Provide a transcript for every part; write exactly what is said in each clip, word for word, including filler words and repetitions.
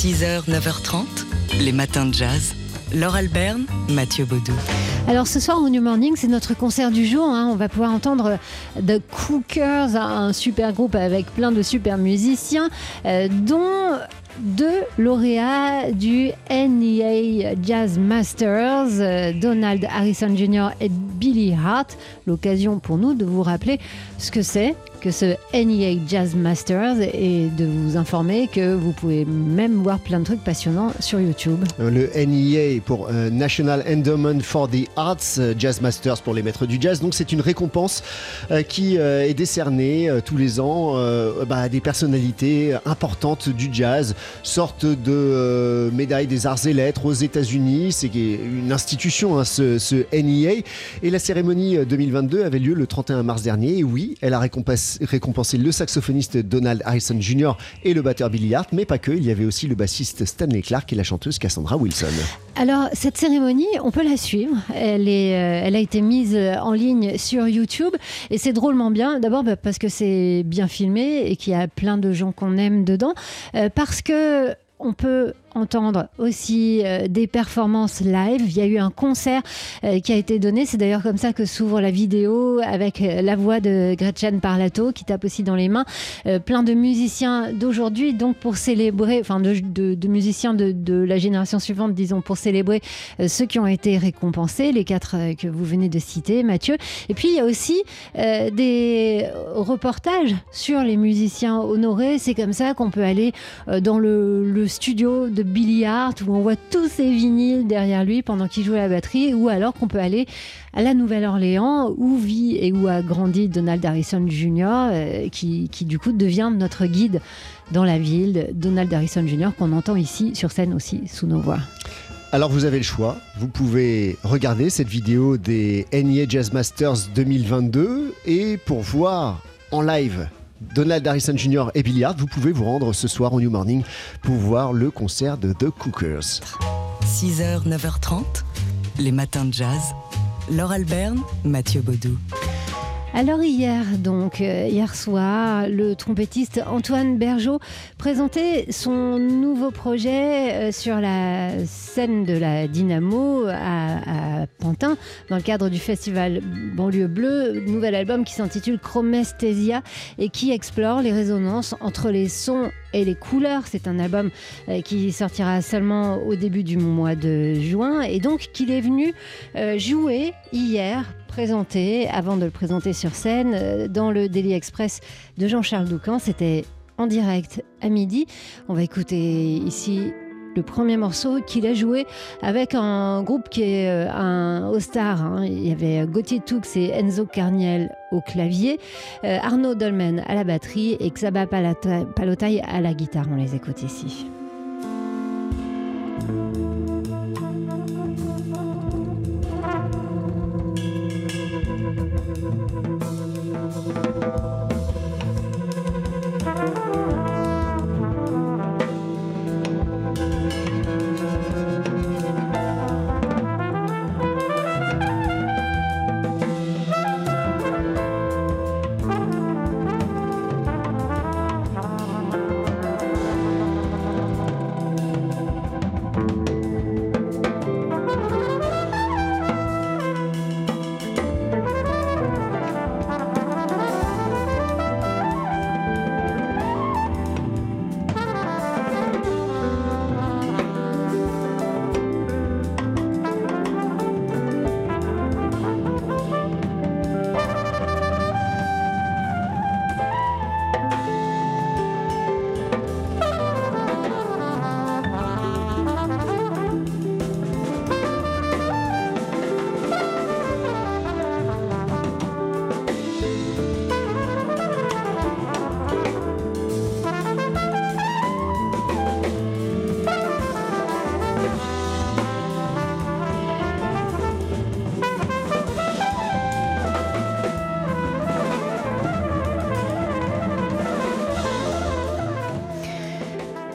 six heures, neuf heures trente, les matins de jazz. Laure Alberne, Mathieu Baudou. Alors ce soir au New Morning, c'est notre concert du jour. Hein. On va pouvoir entendre The Cookers, un super groupe avec plein de super musiciens, euh, dont deux lauréats du N E A Jazz Masters, euh, Donald Harrison junior et Billy Hart. L'occasion pour nous de vous rappeler ce que c'est que ce N E A Jazz Masters et de vous informer que vous pouvez même voir plein de trucs passionnants sur YouTube. Le N E A pour euh, National Endowment for the Arts, euh, Jazz Masters pour les maîtres du jazz. Donc c'est une récompense euh, qui euh, est décernée euh, tous les ans euh, bah, à des personnalités importantes du jazz, sorte de euh, médaille des arts et lettres aux États-Unis. C'est une institution, hein, ce, ce N E A. Et la cérémonie deux mille vingt-deux avait lieu le trente et un mars dernier. Et oui, elle a récompensé récompensé le saxophoniste Donald Harrison junior et le batteur Billy Hart, mais pas que, il y avait aussi le bassiste Stanley Clarke et la chanteuse Cassandra Wilson. Alors cette cérémonie, on peut la suivre, elle, est, euh, elle a été mise en ligne sur YouTube et c'est drôlement bien, d'abord bah, parce que c'est bien filmé et qu'il y a plein de gens qu'on aime dedans, euh, parce que on peut entendre aussi euh, des performances live. Il y a eu un concert euh, qui a été donné. C'est d'ailleurs comme ça que s'ouvre la vidéo avec euh, la voix de Gretchen Parlato qui tape aussi dans les mains. Euh, plein de musiciens d'aujourd'hui, donc pour célébrer, enfin de, de, de musiciens de, de la génération suivante, disons, pour célébrer euh, ceux qui ont été récompensés, les quatre euh, que vous venez de citer, Mathieu. Et puis il y a aussi euh, des reportages sur les musiciens honorés. C'est comme ça qu'on peut aller euh, dans le, le studio de Billy Hart où on voit tous ces vinyles derrière lui pendant qu'il joue à la batterie, ou alors qu'on peut aller à la Nouvelle-Orléans où vit et où a grandi Donald Harrison junior euh, qui, qui du coup devient notre guide dans la ville. Donald Harrison junior qu'on entend ici sur scène aussi sous nos voix. Alors vous avez le choix, vous pouvez regarder cette vidéo des N E A Jazz Masters deux mille vingt-deux et pour voir en live Donald Harrison junior et Billy Hart, vous pouvez vous rendre ce soir au New Morning pour voir le concert de The Cookers. six heures, neuf heures trente, les matins de jazz. Laure Alberne, Mathieu Baudou. Alors hier, donc, euh, hier soir, le trompettiste Antoine Bergeaud présentait son nouveau projet euh, sur la scène de la Dynamo à, à Pantin, dans le cadre du festival Banlieue Bleue, nouvel album qui s'intitule Chromesthesia et qui explore les résonances entre les sons et les couleurs. C'est un album euh, qui sortira seulement au début du mois de juin et donc qu'il est venu euh, jouer hier, présenté, avant de le présenter sur scène, euh, dans le Daily Express de Jean-Charles Doucan. C'était en direct à midi. On va écouter ici le premier morceau qu'il a joué avec un groupe qui est euh, un All-Star. Hein. Il y avait Gauthier Toux et Enzo Carniel au clavier, euh, Arnaud Dolmen à la batterie et Xaba Palata- Palotai à la guitare. On les écoute ici.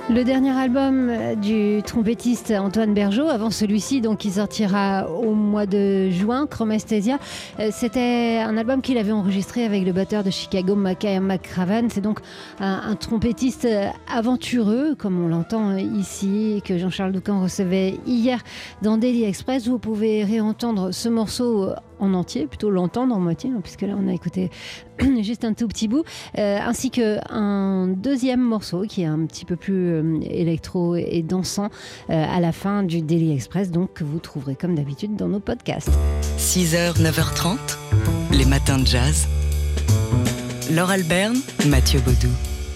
Le dernier album du trompettiste Antoine Bergeaud, avant celui-ci donc qui sortira au mois de juin, Chromesthesia, c'était un album qu'il avait enregistré avec le batteur de Chicago, Mackay McCraven. C'est donc un, un trompettiste aventureux, comme on l'entend ici, que Jean-Charles Doucan recevait hier dans Daily Express. Vous pouvez réentendre ce morceau en entier, plutôt l'entendre en moitié, puisque là on a écouté juste un tout petit bout, euh, ainsi qu'un deuxième morceau qui est un petit peu plus euh, électro et dansant euh, à la fin du Daily Express, donc que vous trouverez comme d'habitude dans nos podcasts. six heures, neuf heures trente, les matins de jazz. Laure Alberne, Mathieu Baudou.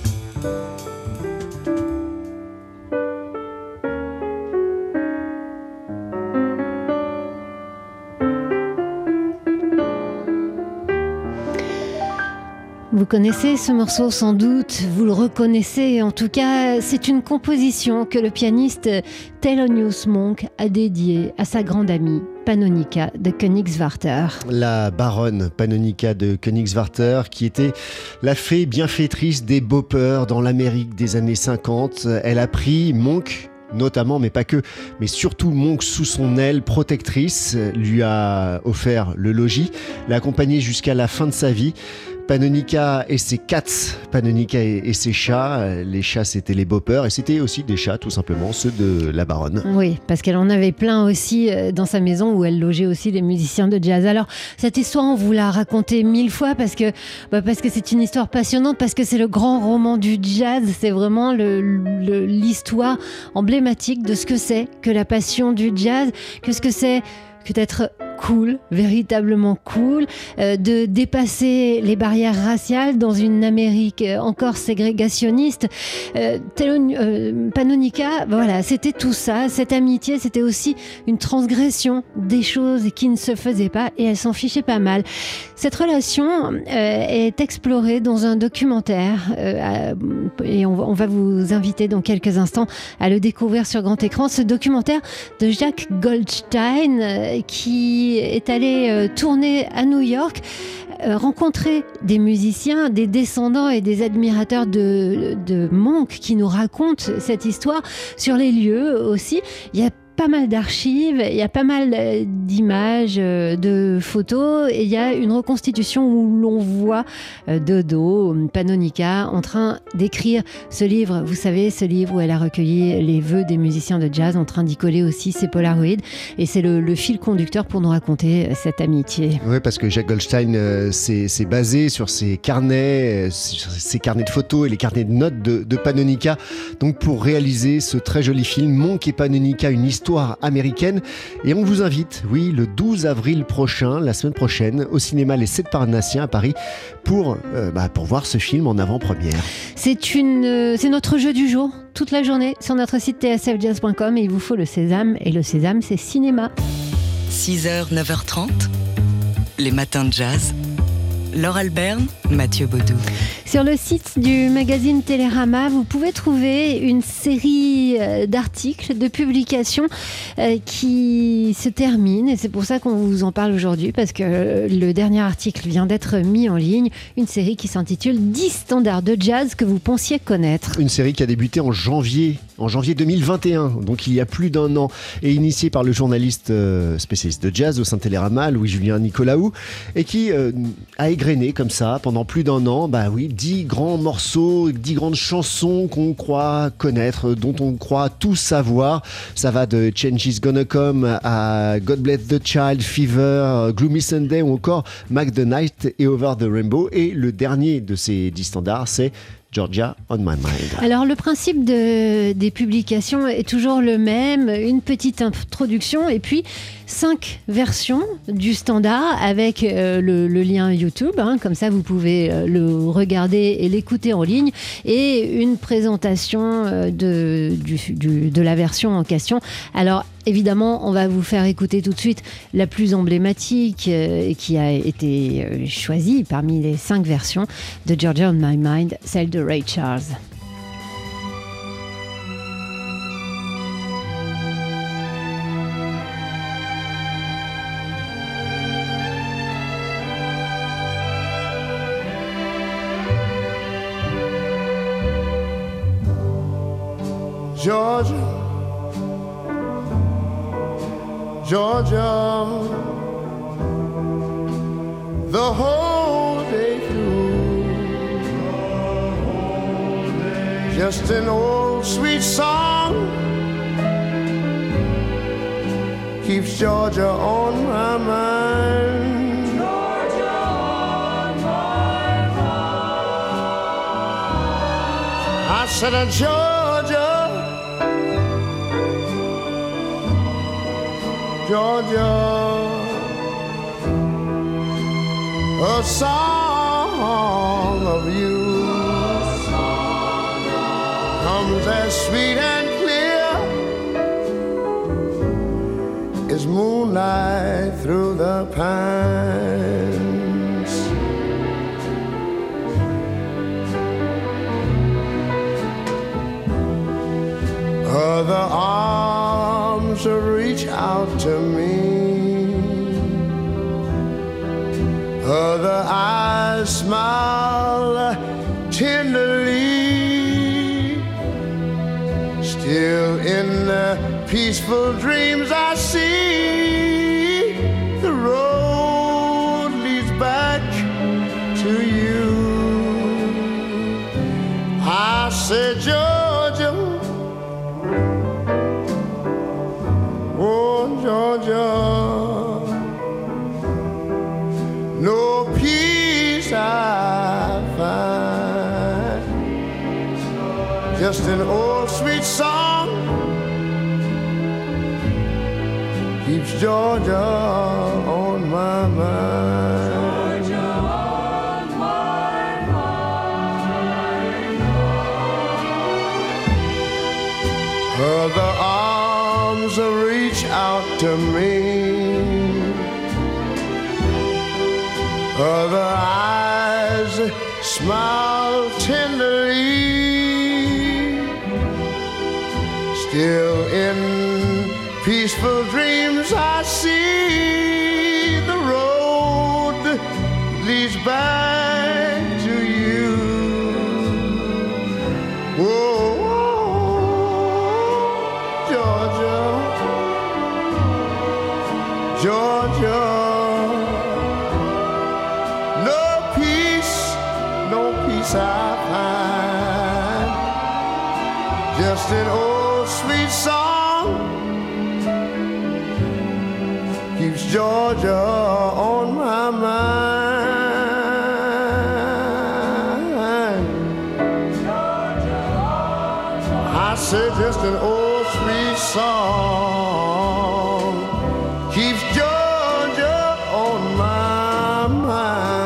Vous connaissez ce morceau sans doute, vous le reconnaissez. En tout cas, c'est une composition que le pianiste Thelonious Monk a dédiée à sa grande amie Pannonica de Königswarter. La baronne Pannonica de Königswarter, qui était la fée bienfaitrice des boppers dans l'Amérique des années cinquante. Elle a pris Monk, notamment, mais pas que, mais surtout Monk sous son aile protectrice, lui a offert le logis, l'a accompagné jusqu'à la fin de sa vie. Pannonica et ses cats, Pannonica et, et ses chats. Les chats, c'était les boppers et c'était aussi des chats, tout simplement, ceux de la baronne. Oui, parce qu'elle en avait plein aussi dans sa maison où elle logeait aussi les musiciens de jazz. Alors, cette histoire, on vous l'a racontée mille fois parce que, bah parce que c'est une histoire passionnante, parce que c'est le grand roman du jazz. C'est vraiment le, le, l'histoire emblématique de ce que c'est que la passion du jazz, que ce que c'est que d'être cool, véritablement cool, euh, de dépasser les barrières raciales dans une Amérique encore ségrégationniste. Euh, Thelon, euh, Pannonica, voilà, c'était tout ça. Cette amitié, c'était aussi une transgression des choses qui ne se faisaient pas et elle s'en fichait pas mal. Cette relation euh, est explorée dans un documentaire euh, et on, on va vous inviter dans quelques instants à le découvrir sur grand écran. Ce documentaire de Jack Goldstein euh, qui est allé euh, tourner à New York, euh, rencontrer des musiciens, des descendants et des admirateurs de, de Monk qui nous racontent cette histoire sur les lieux aussi. Il y a pas mal d'archives, il y a pas mal d'images, de photos et il y a une reconstitution où l'on voit de dos Pannonica en train d'écrire ce livre. Vous savez, ce livre où elle a recueilli les vœux des musiciens de jazz, en train d'y coller aussi ses polaroids et c'est le, le fil conducteur pour nous raconter cette amitié. Oui, parce que Jack Goldstein euh, s'est, s'est basé sur ses carnets, euh, sur ses carnets de photos et les carnets de notes de, de Pannonica, donc pour réaliser ce très joli film Monk et Pannonica, une histoire histoire américaine. Et on vous invite, oui, le douze avril prochain, la semaine prochaine, au cinéma Les Sept Parnassiens à Paris pour, euh, bah, pour voir ce film en avant-première. C'est, une, euh, c'est notre jeu du jour, toute la journée, sur notre site t s f jazz point com et il vous faut le sésame. Et le sésame, c'est cinéma. six heures, neuf heures trente, les matins de jazz. Laure Alberne, Mathieu Baudou. Sur le site du magazine Télérama, vous pouvez trouver une série d'articles, de publications qui se terminent. Et c'est pour ça qu'on vous en parle aujourd'hui, parce que le dernier article vient d'être mis en ligne. Une série qui s'intitule dix standards de jazz que vous pensiez connaître. Une série qui a débuté en janvier, en janvier deux mille vingt et un, donc il y a plus d'un an, et initiée par le journaliste euh, spécialiste de jazz au sein de Télérama, Louis-Julien Nicolaou, et qui euh, a égrené comme ça pendant plus d'un an, bah oui, dix grands morceaux, dix grandes chansons qu'on croit connaître, dont on croit tout savoir. Ça va de Change Is Gonna Come à God Bless the Child, Fever, Gloomy Sunday ou encore Mac the Night et Over the Rainbow. Et le dernier de ces dix standards, c'est Georgia on My Mind. Alors le principe de, des publications est toujours le même, une petite introduction et puis cinq versions du standard avec euh, le, le lien YouTube, hein, comme ça vous pouvez euh, le regarder et l'écouter en ligne et une présentation euh, de, du, du, de la version en question. Alors évidemment, on va vous faire écouter tout de suite la plus emblématique euh, qui a été euh, choisie parmi les cinq versions de Georgia on My Mind, celle de Ray Charles. Georgia, Georgia, the whole day through, just an old sweet song keeps Georgia on my mind. Georgia on my mind. I said, uh, Georgia, Georgia, a song of you comes as sweet and clear as moonlight through the pines. Other arms reach out to me, other eyes smile tenderly. Still in the peaceful dreams I see, the road leads back to you. I said, Georgia, oh Georgia, no peace I find, just an old sweet song keeps Georgia on my mind. Georgia on my mind. Other arms reach out to me, other eyes smile tenderly. Still in peaceful dreams I see, the road leads back to you. Whoa, whoa, Georgia, Georgia, no peace, no peace I find, just an old sweet song keeps Georgia on my mind. Georgia on my mind. I said just an old sweet song keeps Georgia on my mind.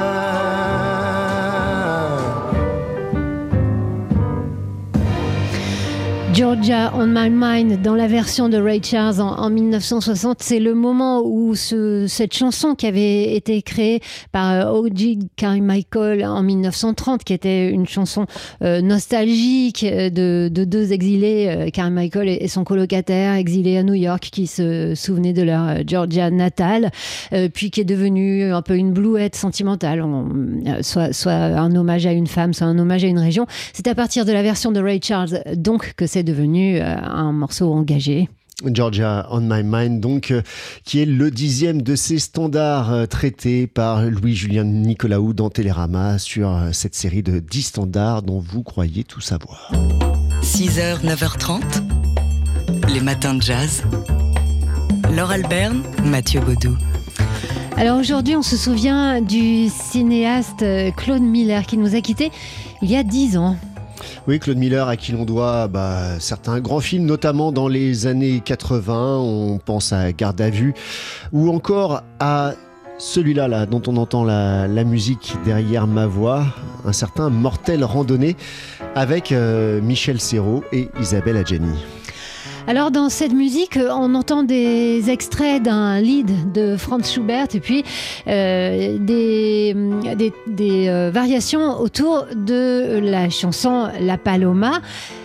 Georgia on my mind dans la version de Ray Charles en, en mille neuf cent soixante, c'est le moment où ce, cette chanson qui avait été créée par O J Carmichael en mille neuf cent trente, qui était une chanson euh, nostalgique de, de deux exilés, euh, Carmichael et, et son colocataire exilés à New York, qui se souvenaient de leur Georgia natale, euh, puis qui est devenue un peu une blouette sentimentale, on, euh, soit, soit un hommage à une femme, soit un hommage à une région. C'est à partir de la version de Ray Charles donc que c'est devenu euh, un morceau engagé. Georgia on my mind, donc, euh, qui est le dixième de ces standards euh, traités par Louis-Julien Nicolaou dans Télérama sur euh, cette série de dix standards dont vous croyez tout savoir. six heures, neuf heures trente, les matins de jazz. Laure Alberne, Mathieu Baudou. Alors aujourd'hui, on se souvient du cinéaste Claude Miller qui nous a quittés il y a dix ans. Oui, Claude Miller, à qui l'on doit bah, certains grands films, notamment dans les années quatre-vingts. On pense à Garde à vue, ou encore à celui-là, là, dont on entend la, la musique derrière ma voix, un certain Mortelle randonnée, avec euh, Michel Serrault et Isabelle Adjani. Alors dans cette musique, on entend des extraits d'un lied de Franz Schubert et puis euh, des, des, des euh, variations autour de la chanson La Paloma.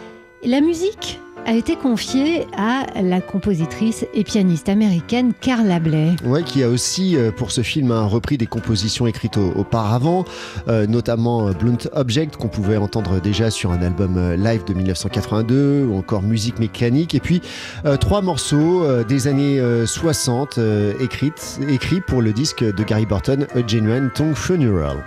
La musique a été confiée à la compositrice et pianiste américaine Carla Bley. Ouais, qui a aussi, euh, pour ce film, hein, repris des compositions écrites au- auparavant, euh, notamment euh, Blunt Object, qu'on pouvait entendre déjà sur un album euh, live de dix-neuf cent quatre-vingt-deux, ou encore Musique mécanique, et puis euh, trois morceaux euh, des années euh, soixante euh, écrites, écrits pour le disque de Gary Burton, A Genuine Tongue Funeral.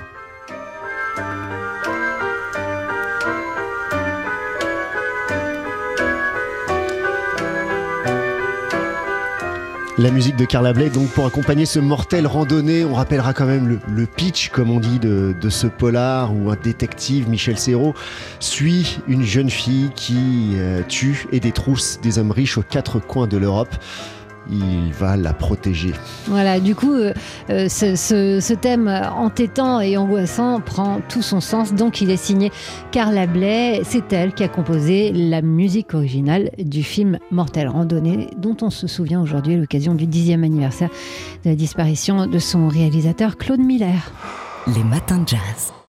La musique de Carla Bley, donc pour accompagner ce mortel randonnée, on rappellera quand même le, le pitch, comme on dit, de, de ce polar où un détective, Michel Serrault, suit une jeune fille qui euh, tue et détrousse des hommes riches aux quatre coins de l'Europe. Il va la protéger. Voilà, du coup, euh, euh, ce, ce, ce thème entêtant et angoissant prend tout son sens. Donc, il est signé Carla Bley. C'est elle qui a composé la musique originale du film Mortel Randonnée, dont on se souvient aujourd'hui à l'occasion du dixième anniversaire de la disparition de son réalisateur Claude Miller. Les matins de jazz.